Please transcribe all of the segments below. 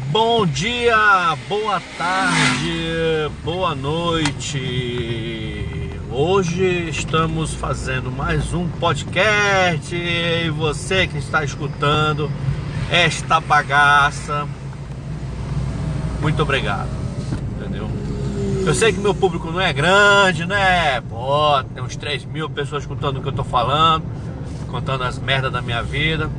Bom dia, boa tarde, boa noite. Hoje estamos fazendo mais um podcast e você que está escutando esta bagaça, muito obrigado, entendeu? Eu sei que meu público não é grande, né? Pô, tem uns 3.000 pessoas escutando o que eu tô falando, contando as merdas da minha vida.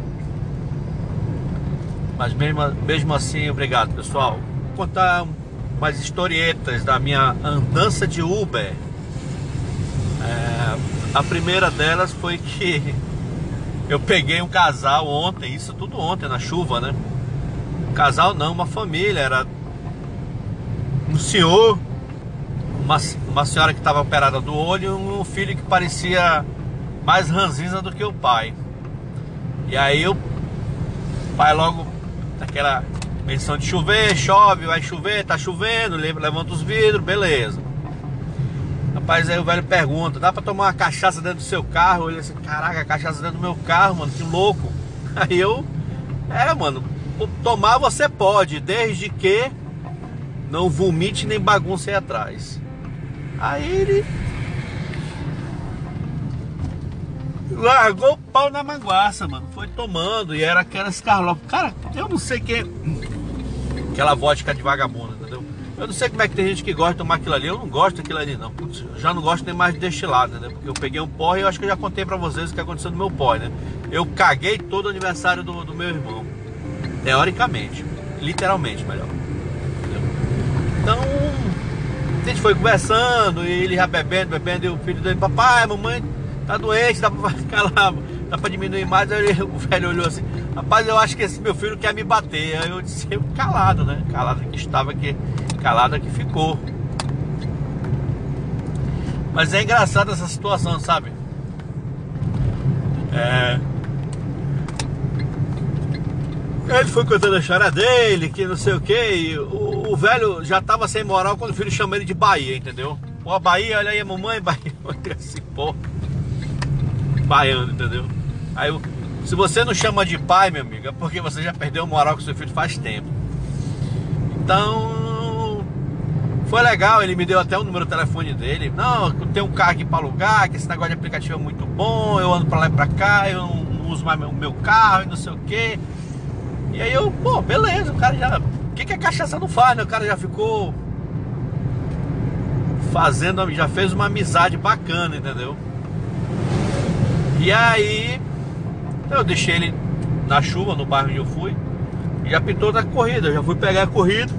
Mas mesmo assim, obrigado, pessoal. Vou contar umas historietas da minha andança de Uber. A primeira delas foi que eu peguei um casal ontem, isso tudo ontem, na chuva, né? Um casal não, uma família. Era um senhor, uma senhora que estava operada do olho e um filho que parecia mais ranzinza do que o pai. E aí o pai logo... aquela menção de chover, chove, vai chover, tá chovendo, levanta os vidros, beleza. Rapaz, aí o velho pergunta: dá pra tomar uma cachaça dentro do seu carro? Ele assim: caraca, cachaça dentro do meu carro, mano, que louco. Aí eu: mano, tomar você pode, desde que não vomite nem bagunce aí atrás. Aí ele largou o pau na manguaça, mano. Foi tomando e era aquelas Carlop. Cara, eu não sei que... aquela vodka de vagabundo, entendeu? Eu não sei como é que tem gente que gosta de tomar aquilo ali. Eu não gosto daquilo ali, não. Eu já não gosto nem mais de destilado, né? Porque eu peguei um porre e eu acho que eu já contei pra vocês o que aconteceu no meu porre, né? Eu caguei todo o aniversário do meu irmão. Teoricamente. Literalmente, melhor. Entendeu? Então... a gente foi conversando e ele já bebendo, e o filho dele: papai, mamãe tá doente, dá pra ficar lá, dá pra diminuir mais. Aí o velho olhou assim: rapaz, eu acho que esse meu filho quer me bater. Aí eu disse, calado, né? Calado que estava aqui, calado que ficou. Mas é engraçado essa situação, sabe? Ele foi contando a história dele, que não sei o que. O velho já tava sem moral quando o filho chamou ele de Bahia, entendeu? Pô, Bahia, olha aí a mamãe, Bahia. Assim, pô, baiano, entendeu? Aí, se você não chama de pai, meu amigo, é porque você já perdeu a moral com seu filho faz tempo. Então, foi legal, ele me deu até o número de telefone dele. Não, eu tenho um carro aqui pra alugar, que esse negócio de aplicativo é muito bom, eu ando pra lá e pra cá, eu não uso mais o meu carro e não sei o que. E aí eu, pô, beleza, o cara já... o que a cachaça não faz, né? O cara já ficou fazendo, já fez uma amizade bacana, entendeu? E aí eu deixei ele na chuva, no bairro onde eu fui, e já pintou da corrida. Eu já fui pegar a corrida.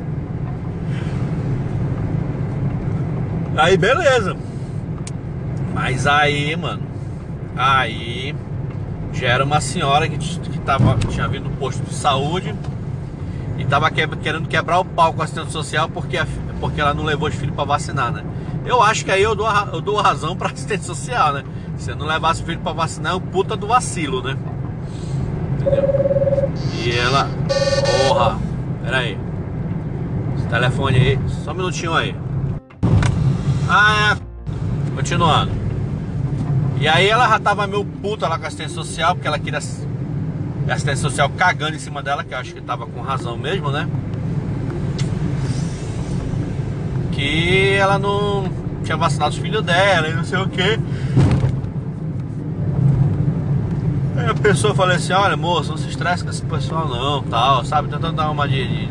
Aí beleza. Mas aí, mano, aí já era uma senhora que tinha vindo do posto de saúde e tava querendo quebrar o pau com a assistente social porque ela não levou os filhos pra vacinar, né? Eu acho que aí eu dou razão pra assistente social, né? Se não levasse o filho pra vacinar, é um puta do vacilo, né? Entendeu? E ela... porra, pera aí, esse telefone aí, só um minutinho aí. Continuando. E aí ela já tava meio puta lá com a assistente social, porque ela queria a assistente social cagando em cima dela, que eu acho que tava com razão mesmo, né? Que ela não tinha vacinado os filhos dela e não sei o que. Aí a pessoa falou assim: olha, moço, não se estresse com esse pessoal não, tal, sabe? Tentando dar uma de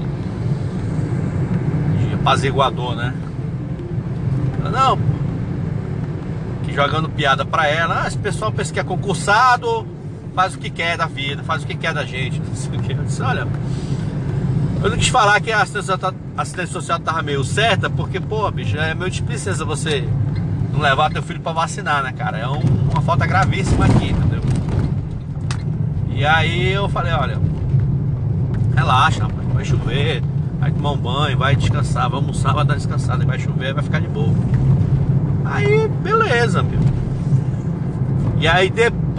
apaziguador, né? Não, que jogando piada pra ela: esse pessoal pensa que é concursado, faz o que quer da vida, faz o que quer da gente, não sei o que. Eu disse: olha, eu não quis falar que a assistente social tava meio certa, porque, pô, bicho, é meio displicência você não levar teu filho pra vacinar, né, cara? É uma falta gravíssima aqui, entendeu? E aí eu falei: olha, relaxa, rapaz, vai chover, vai tomar um banho, vai descansar, vai almoçar, vai dar descansada, vai chover, vai ficar de boa. Aí, beleza, meu. E aí,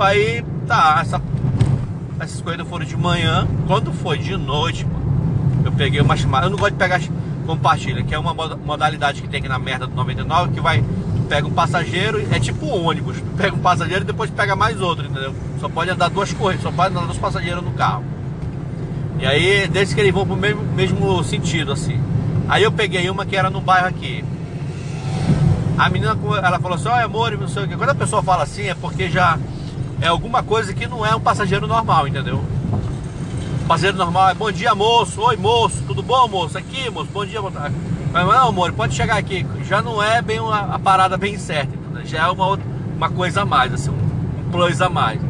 essas coisas foram de manhã. Quando foi de noite, mano, eu peguei uma chamada. Eu não gosto de pegar compartilha, que é uma modalidade que tem aqui na merda do 99, que vai, tu pega um passageiro, é tipo um ônibus, tu pega um passageiro e depois pega mais outro, entendeu? Só pode andar duas corridas, só pode andar dois passageiros no carro. E aí, desde que eles vão pro mesmo sentido, assim. Aí eu peguei uma que era no bairro aqui. A menina, ela falou assim, olha amor, não sei o que. Quando a pessoa fala assim, é porque já é alguma coisa que não é um passageiro normal, entendeu? O passageiro normal é bom dia moço, oi moço, tudo bom moço? Aqui moço, bom dia, boa tarde. Mas não amor, pode chegar aqui. Já não é bem a parada bem certa, entendeu? Já é uma coisa a mais, assim, um plus a mais.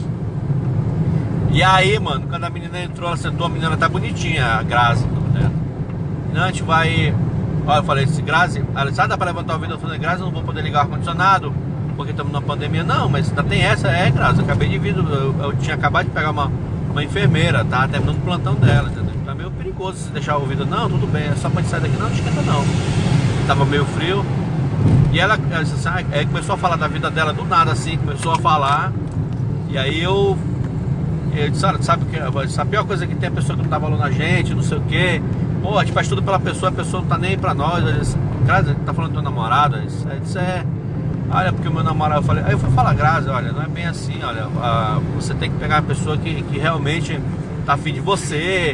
E aí, mano, quando a menina entrou, ela sentou, a menina tá bonitinha, a Grazi, né? Não, a gente vai... Olha, eu falei, se Grazi... Ela disse, dá pra levantar o vidro? Eu falei, Grazi, eu não vou poder ligar o ar-condicionado, porque estamos na pandemia. Não, mas ainda tem essa, Grazi, eu acabei de vir, eu tinha acabado de pegar uma enfermeira, tá terminando o plantão dela, entendeu? Tá meio perigoso se deixar o vidro. Não, tudo bem, é só pra gente sair daqui. Não, não esquenta não. Tava meio frio. E ela disse assim, começou a falar da vida dela do nada, assim, começou a falar. E aí eu disse, olha, sabe a pior coisa que tem a pessoa que não dá valor na gente, não sei o que. Pô, a gente faz tudo pela pessoa, a pessoa não tá nem aí pra nós. Eu disse, Grazi, tá falando do teu namorado? Aí disse, olha, porque o meu namorado, aí eu fui falar, Grazi, olha, não é bem assim, olha, você tem que pegar uma pessoa que realmente tá afim de você,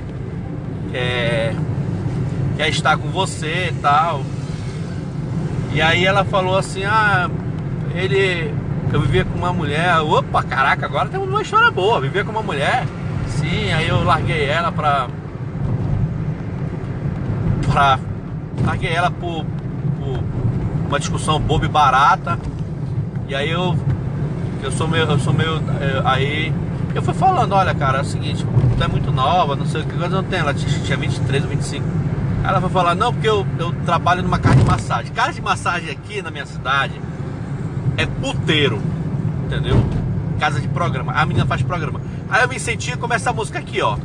quer estar com você e tal. E aí ela falou assim, eu vivia com uma mulher, opa, caraca, agora temos uma história boa, vivia com uma mulher, sim, aí eu larguei ela larguei ela por uma discussão boba e barata. E aí eu sou meio aí eu fui falando, olha cara, é o seguinte, tu é muito nova, não sei o que, eu não tenho, ela tinha 23 ou 25. Ela foi falar, não, porque eu trabalho numa casa de massagem. Casa de massagem aqui na minha cidade é puteiro, entendeu? Casa de programa, a menina faz programa. Aí eu me senti e começa a música aqui, ó.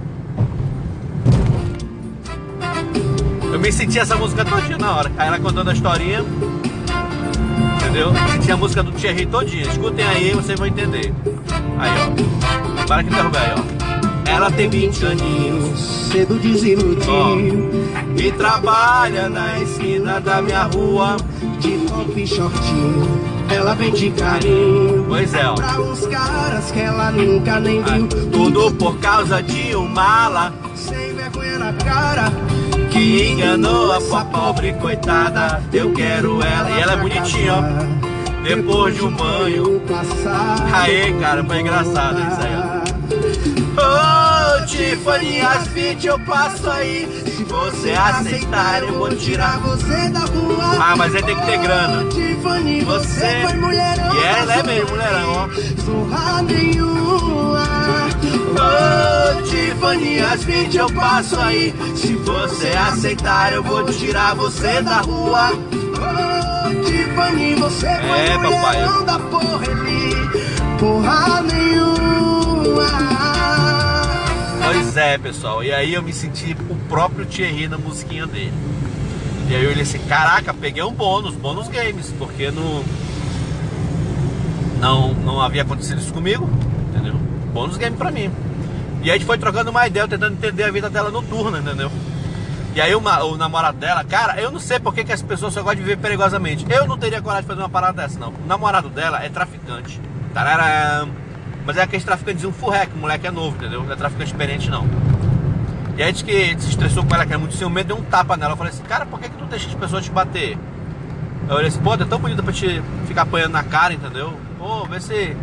Eu me senti essa música todinha na hora. Aí ela contando a historinha, entendeu? Tinha a música do Thierry todinha. Escutem aí, vocês vão entender. Aí, ó. Para que derrubar aí, ó. Ela tem 20 aninhos, cedo desiludiu, e trabalha na esquina da minha rua, de top e shortinho, ela vende carinho. Pois é, ó. Pra uns caras que ela nunca nem viu. Tudo por causa de um mala sem vergonha na cara, que enganou a pobre coitada. Eu quero ela, e ela é bonitinha, ó. Depois de um banho. Aê, cara, foi engraçado isso aí, ó. Ô, Tiffany, às 20 eu passo aí. Se você aceitar, eu vou tirar você da rua. Mas aí tem que ter grana. Tiffany, você foi mulherão. E ela é mesmo, mulherão, ó. Zorra nenhuma. Ô, Tiffany, às 20 eu passo aí. Se você aceitar, eu vou tirar você da rua. Ô, Tiffany, você foi mulherão da porra ali. Porra nenhuma. Pois é, pessoal, e aí eu me senti o próprio Thierry na musiquinha dele. E aí eu olhei assim, caraca, peguei um bônus games, porque não havia acontecido isso comigo, entendeu? Bônus game pra mim. E aí a gente foi trocando uma ideia, tentando entender a vida dela noturna, entendeu? E aí o namorado dela, cara, eu não sei por que as pessoas só gostam de viver perigosamente. Eu não teria coragem de fazer uma parada dessa, não. O namorado dela é traficante. Tararam. Mas é aquele traficante um furreco, o moleque é novo, entendeu? Não é traficante experiente, não. E aí que se estressou com ela, que era muito ciumento, deu um tapa nela. Eu falei assim, cara, por que tu deixa as pessoas te bater? Eu olhei assim, pô, é tão bonita pra te ficar apanhando na cara, entendeu? Pô, vê se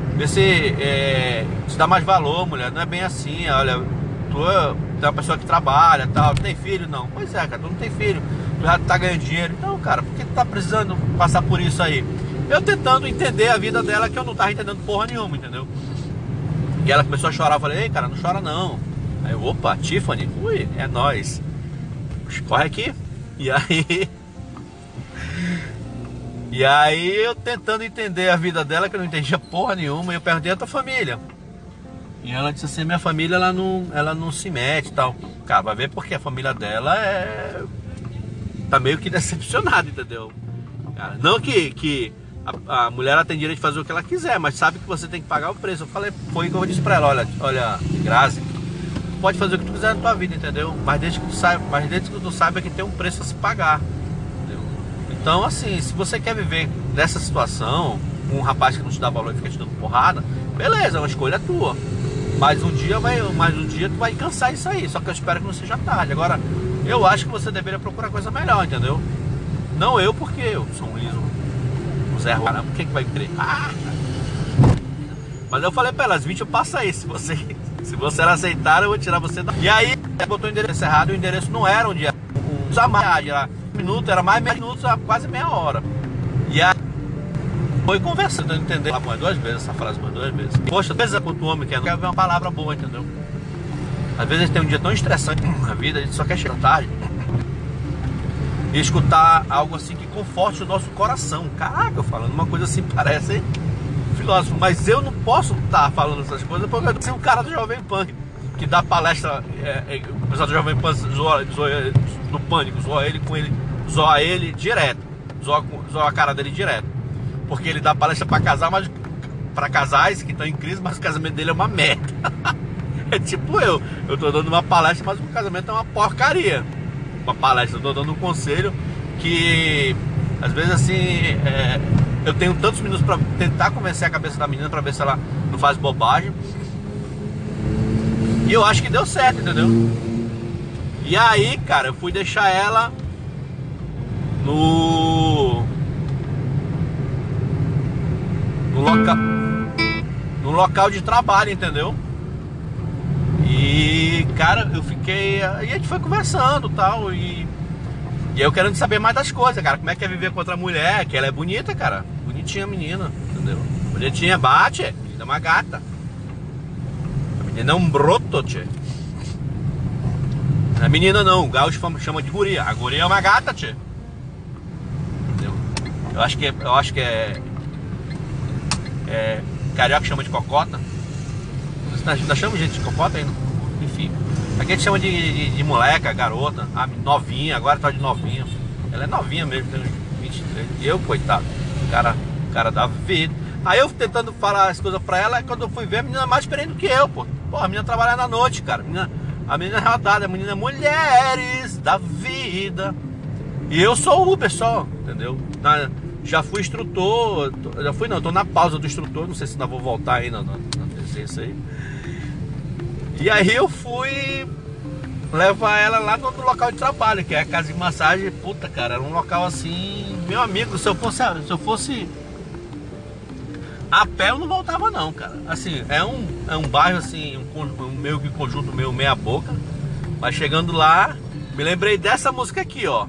te dá mais valor, mulher. Não é bem assim, olha, tu é uma pessoa que trabalha e tal, tu tem filho? Não. Pois é, cara, tu não tem filho, tu já tá ganhando dinheiro. Então, cara, por que tu tá precisando passar por isso aí? Eu tentando entender a vida dela, que eu não tava entendendo porra nenhuma, entendeu? E ela começou a chorar, eu falei, ei, cara, não chora não. Aí eu, opa, Tiffany, ui, é nóis. Corre aqui. E aí eu tentando entender a vida dela, que eu não entendia porra nenhuma, e eu perguntei a tua família. E ela disse assim, minha família, ela não se mete e tal. Cara, vai ver porque a família dela tá meio que decepcionada, entendeu? Cara, não que a mulher ela tem direito de fazer o que ela quiser, mas sabe que você tem que pagar o preço. Eu falei, foi o que eu disse pra ela, olha, Grazi, pode fazer o que tu quiser na tua vida, entendeu? Mas desde que tu saiba que tem um preço a se pagar, entendeu? Então, assim, se você quer viver dessa situação, com um rapaz que não te dá valor e fica te dando porrada, beleza, é uma escolha tua. mais um dia tu vai cansar isso aí. Só que eu espero que não seja tarde. Agora, eu acho que você deveria procurar coisa melhor, entendeu? Não eu, porque eu sou um liso, um Zé Ruela, quem que vai querer? Mas eu falei pra ela, às 20 eu passo aí, se você não aceitar, eu vou tirar você da... E aí, botou o endereço errado, o endereço não era onde era era minuto, era mais meia minutos, quase meia hora. E aí, foi conversando, entendeu? Ela duas vezes, essa frase mais 2 vezes. Poxa, às vezes é quanto o homem quer ver uma palavra boa, entendeu? Às vezes a gente tem um dia tão estressante na vida, a gente só quer chegar tarde e escutar algo assim que conforte o nosso coração. Caraca, eu falando uma coisa assim, parece filósofo, mas eu não posso estar falando essas coisas porque eu sou um cara do Jovem Pan que dá palestra, o pessoal do Jovem Pan zoa do Pânico, zoa ele direto, zoa a cara dele direto, porque ele dá palestra para casar, mas para casais que estão em crise, mas o casamento dele é uma merda. É tipo eu tô dando uma palestra, mas o casamento é uma porcaria. Uma palestra, eu tô dando um conselho que às vezes assim eu tenho tantos minutos para tentar convencer a cabeça da menina para ver se ela não faz bobagem, e eu acho que deu certo, entendeu? E aí, cara, eu fui deixar ela no local de trabalho, entendeu? E, cara, eu fiquei... E a gente foi conversando e tal, e eu querendo saber mais das coisas, cara. Como é que é viver com outra mulher, que ela é bonita, cara. Bonitinha a menina, entendeu? Bonitinha, bate, a menina é uma gata. A menina é um broto, tchê. A menina não, o gaúcho chama de guria. A guria é uma gata, tchê. Entendeu? Eu acho que é carioca chama de cocota. Nós chamamos gente de cocota ainda. Enfim. Aqui a gente chama de moleca, garota, novinha, agora tá de novinha. Ela é novinha mesmo, tem uns 23. E eu, coitado, cara da vida. Aí eu tentando falar as coisas pra ela, quando eu fui ver, a menina é mais experiente do que eu, pô. Pô, a menina trabalha na noite, cara. A menina é rodada, a menina é mulheres da vida. E eu sou o Uber só, entendeu? Já fui instrutor, tô na pausa do instrutor, não sei se ainda vou voltar aí na licença aí. E aí eu fui levar ela lá no local de trabalho, que é a casa de massagem. Puta, cara, era um local assim, meu amigo, se eu fosse a pé eu não voltava não, cara. Assim, é um bairro assim, meio que conjunto meio meia boca. Mas chegando lá, me lembrei dessa música aqui, ó.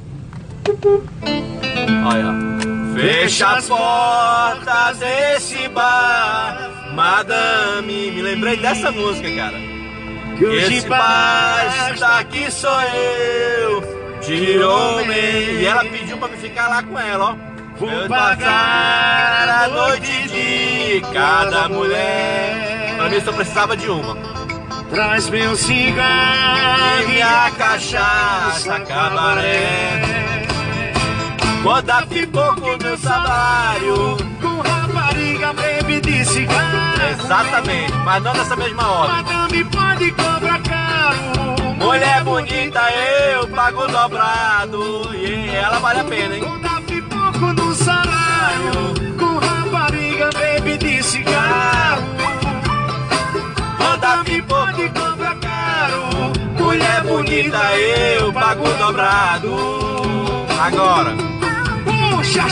Olha, fecha as portas desse bar, madame. Me lembrei dessa música, cara. Esse bar daqui sou eu, de homem. E ela pediu pra me ficar lá com ela, ó. Vou pagar a noite de cada mulher. Pra mim só precisava de uma. Traz meu cigarro e minha cachaça, cabaré. Vou dar pipoco meu salário, com rapariga, bebe de cigarro. Exatamente, mas não nessa mesma hora. Madame pode cobrar caro. Mulher bonita, eu pago dobrado. E ela vale a pena, hein? Vou dar pipoco no salário, com rapariga, bebe de cigarro. Vou dar pipoco, pode cobrar caro. mulher bonita, eu pago dobrado. Agora puxa,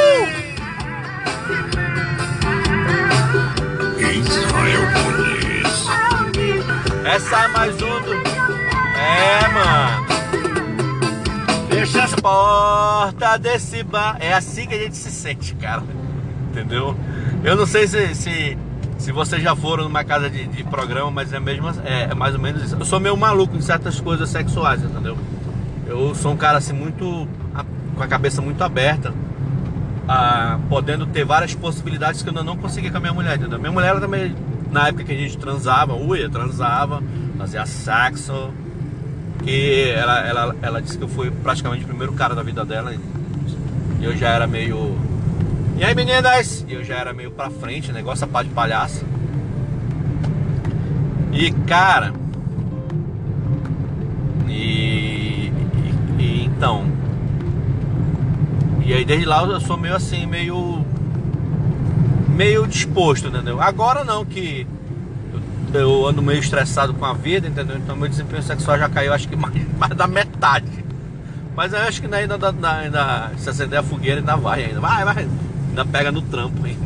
Israel Muniz. essa é mais um do... mano. Fecha as Porta desse bar. É assim que a gente se sente, cara. Entendeu? Eu não sei se vocês já foram numa casa de programa, mas é mais ou menos isso. Eu sou meio maluco em certas coisas sexuais, entendeu? Eu sou um cara assim muito... com a cabeça muito aberta, podendo ter várias possibilidades que eu ainda não consegui com a minha mulher, entendeu? Minha mulher, ela também, na época que a gente transava, fazia sexo, que ela disse que eu fui praticamente o primeiro cara da vida dela, e eu já era meio... E aí, meninas? E eu já era meio pra frente, negócio a pá de palhaço. E, cara... Então... E aí desde lá eu sou meio assim, meio disposto, entendeu? Agora não, que eu ando meio estressado com a vida, entendeu? Então meu desempenho sexual já caiu, acho que mais da metade. Mas eu acho que ainda se acender a fogueira ainda vai ainda. Vai, ainda pega no trampo ainda.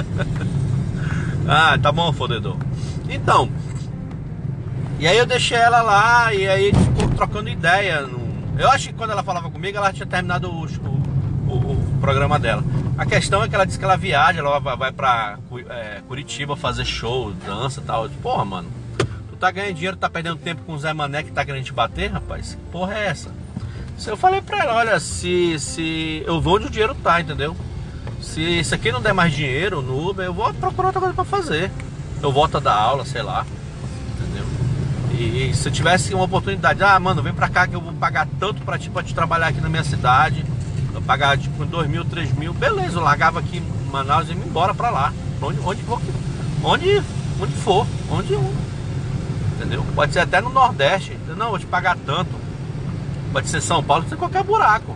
Ah, tá bom, fodedor. Então, e aí eu deixei ela lá, e aí ficou trocando ideia. Eu acho que quando ela falava comigo, ela tinha terminado o programa dela. A questão é que ela disse que ela viaja, ela vai pra Curitiba fazer show, dança e tal. Porra, mano, tu tá ganhando dinheiro, tá perdendo tempo com o Zé Mané que tá querendo te bater, rapaz? Que porra é essa? Eu falei pra ela, olha, se eu vou onde o dinheiro tá, entendeu? Se isso aqui não der mais dinheiro no Uber, eu vou procurar outra coisa pra fazer. Eu volto a dar aula, sei lá, entendeu? E se eu tivesse uma oportunidade, mano, vem pra cá que eu vou pagar tanto pra te trabalhar aqui na minha cidade. Eu pagar tipo 2 mil, 3 mil, beleza, eu largava aqui em Manaus e ia embora pra lá. Onde for, entendeu? Pode ser até no Nordeste, não, vou te pagar tanto. Pode ser São Paulo, pode ser qualquer buraco.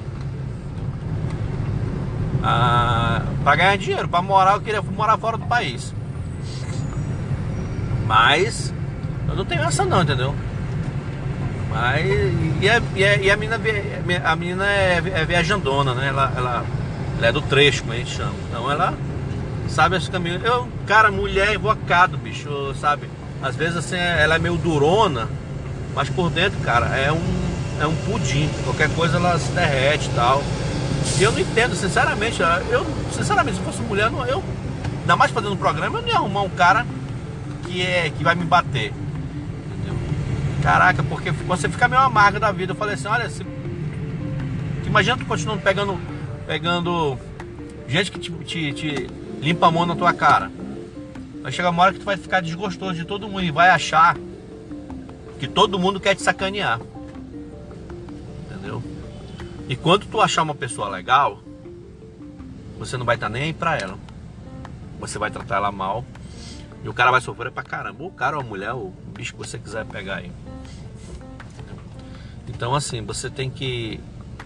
Pra ganhar dinheiro, pra morar, eu queria morar fora do país. Mas eu não tenho essa não, entendeu? Mas e a menina é viajandona, né? Ela é do trecho, como a gente chama. Então ela sabe esse caminho. Cara, mulher invocado, bicho, sabe? Às vezes assim, ela é meio durona, mas por dentro, cara, é um pudim. Qualquer coisa ela se derrete e tal. E eu não entendo, sinceramente. Sinceramente, se fosse mulher, eu ainda mais fazendo um programa, eu não ia arrumar um cara que vai me bater. Entendeu? Caraca, porque você fica meio amargo da vida. Eu falei assim, olha, imagina tu continuando pegando gente que te limpa a mão na tua cara. Vai chegar uma hora que tu vai ficar desgostoso de todo mundo e vai achar que todo mundo quer te sacanear. Entendeu? E quando tu achar uma pessoa legal, você não vai estar nem aí pra ela. Você vai tratar ela mal. E o cara vai sofrer pra caramba. O cara ou a mulher, o bicho que você quiser pegar aí. Então assim, você tem que...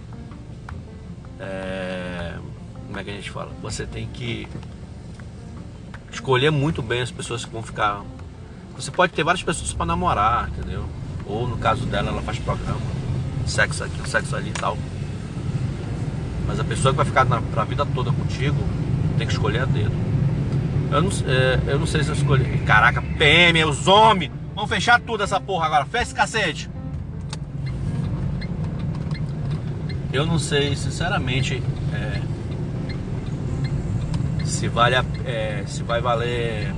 como é que a gente fala? Você tem que escolher muito bem as pessoas que vão ficar... Você pode ter várias pessoas pra namorar, entendeu? Ou no caso dela, ela faz programa. Sexo aqui, sexo ali e tal. Mas a pessoa que vai ficar pra vida toda contigo, tem que escolher a dedo. Eu não sei se eu escolhi. Caraca, PM, os homens! Vamos fechar tudo essa porra agora. Fecha esse cacete! Eu não sei, sinceramente, se vai valer.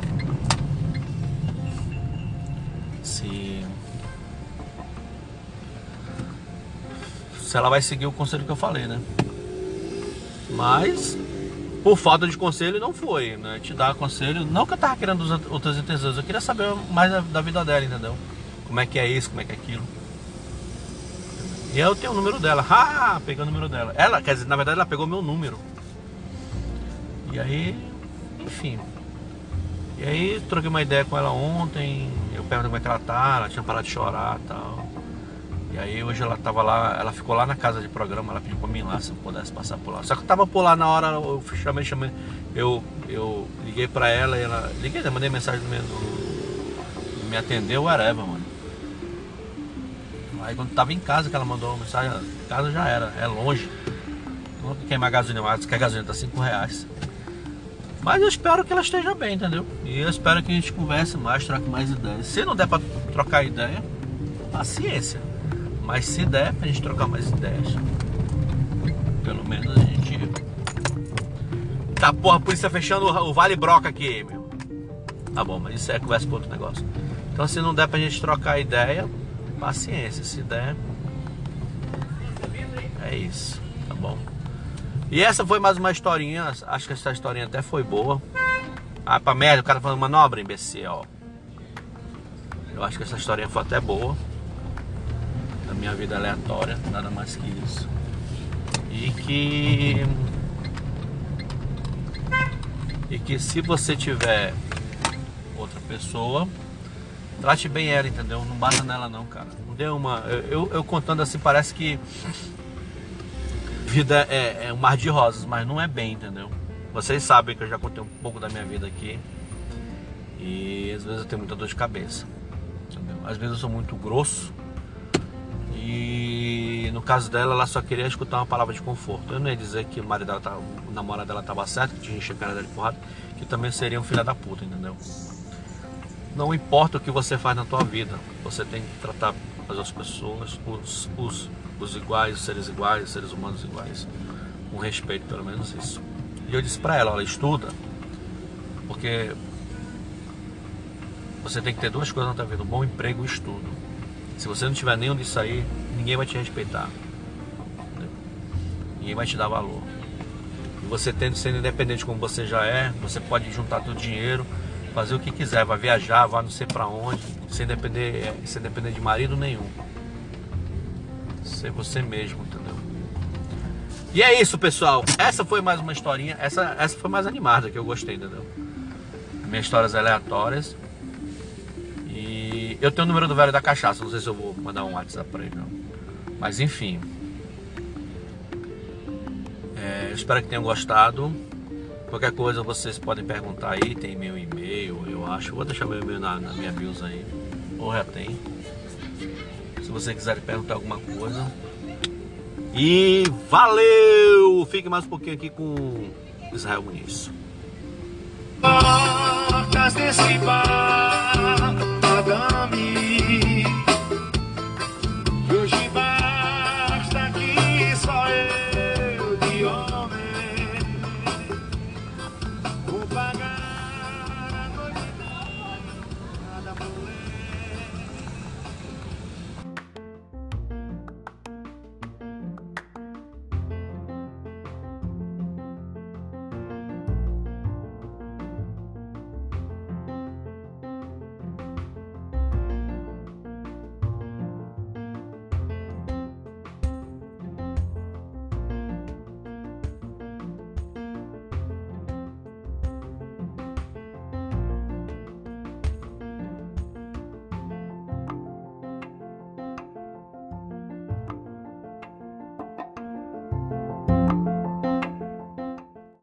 Se ela vai seguir o conselho que eu falei, né? Mas por falta de conselho não foi, né? Te dar conselho, não que eu tava querendo outras intenções, eu queria saber mais da vida dela, entendeu? Como é que é isso, como é que é aquilo. E eu tenho o número dela, peguei o número dela. Ela, quer dizer, na verdade ela pegou meu número. E aí, enfim. E aí troquei uma ideia com ela ontem, eu perguntei como é que ela tá, ela tinha parado de chorar e tal. E aí hoje ela tava lá, ela ficou lá na casa de programa, ela pediu pra mim lá, se eu pudesse passar por lá. Só que eu tava por lá na hora, eu chamei, eu liguei pra ela e ela... Liguei, mandei mensagem no me atendeu, whatever, mano. Aí quando tava em casa que ela mandou uma mensagem, casa já era, é longe. Não vou queimar gasolina mais, que a gasolina tá R$5. Mas eu espero que ela esteja bem, entendeu? E eu espero que a gente converse mais, troque mais ideias. Se não der pra trocar ideia, paciência. Mas se der pra gente trocar mais ideias, pelo menos a gente... Tá, porra, a polícia fechando o Vale Broca aqui, meu. Tá bom, mas isso é conversa pra outro negócio. Então se não der pra gente trocar ideia, paciência. Se der, é isso, tá bom? E essa foi mais uma historinha. Acho que essa historinha até foi boa. Pra merda, o cara falando manobra, imbecil, ó. Eu acho que essa historinha foi até boa. Da minha vida aleatória, nada mais que isso. E que se você tiver outra pessoa, trate bem ela, entendeu? Não bata nela não, cara. Não dê uma... Eu contando assim, parece que vida é um mar de rosas, mas não é bem, entendeu? Vocês sabem que eu já contei um pouco da minha vida aqui. E às vezes eu tenho muita dor de cabeça, entendeu? Às vezes eu sou muito grosso. E no caso dela, ela só queria escutar uma palavra de conforto. Eu não ia dizer que o marido dela o namorado dela estava certo, que tinha encher a cara dela de porrada, que também seria um filho da puta, entendeu? Não importa o que você faz na tua vida, você tem que tratar as outras pessoas, os iguais, os seres humanos iguais, com respeito, pelo menos isso. E eu disse pra ela, olha, estuda, porque você tem que ter duas coisas na tua vida, um bom emprego e um estudo. Se você não tiver nenhum disso aí, ninguém vai te respeitar, entendeu? Ninguém vai te dar valor. E você sendo independente como você já é, você pode juntar todo o dinheiro, fazer o que quiser, vai viajar, vai não sei pra onde, sem depender de marido nenhum. Ser você mesmo, entendeu? E é isso, pessoal. Essa foi mais uma historinha. Essa foi mais animada, que eu gostei, entendeu? Minhas histórias aleatórias. E eu tenho o número do velho da cachaça. Não sei se eu vou mandar um WhatsApp pra ele, não. Mas enfim. Eu espero que tenham gostado. Qualquer coisa vocês podem perguntar aí. Tem meu e-mail, eu acho. Vou deixar meu e-mail na minha bios aí. Ou já tem. Se vocês quiserem perguntar alguma coisa. E valeu! Fique mais um pouquinho aqui com Israel Muniz. Portas desse bar.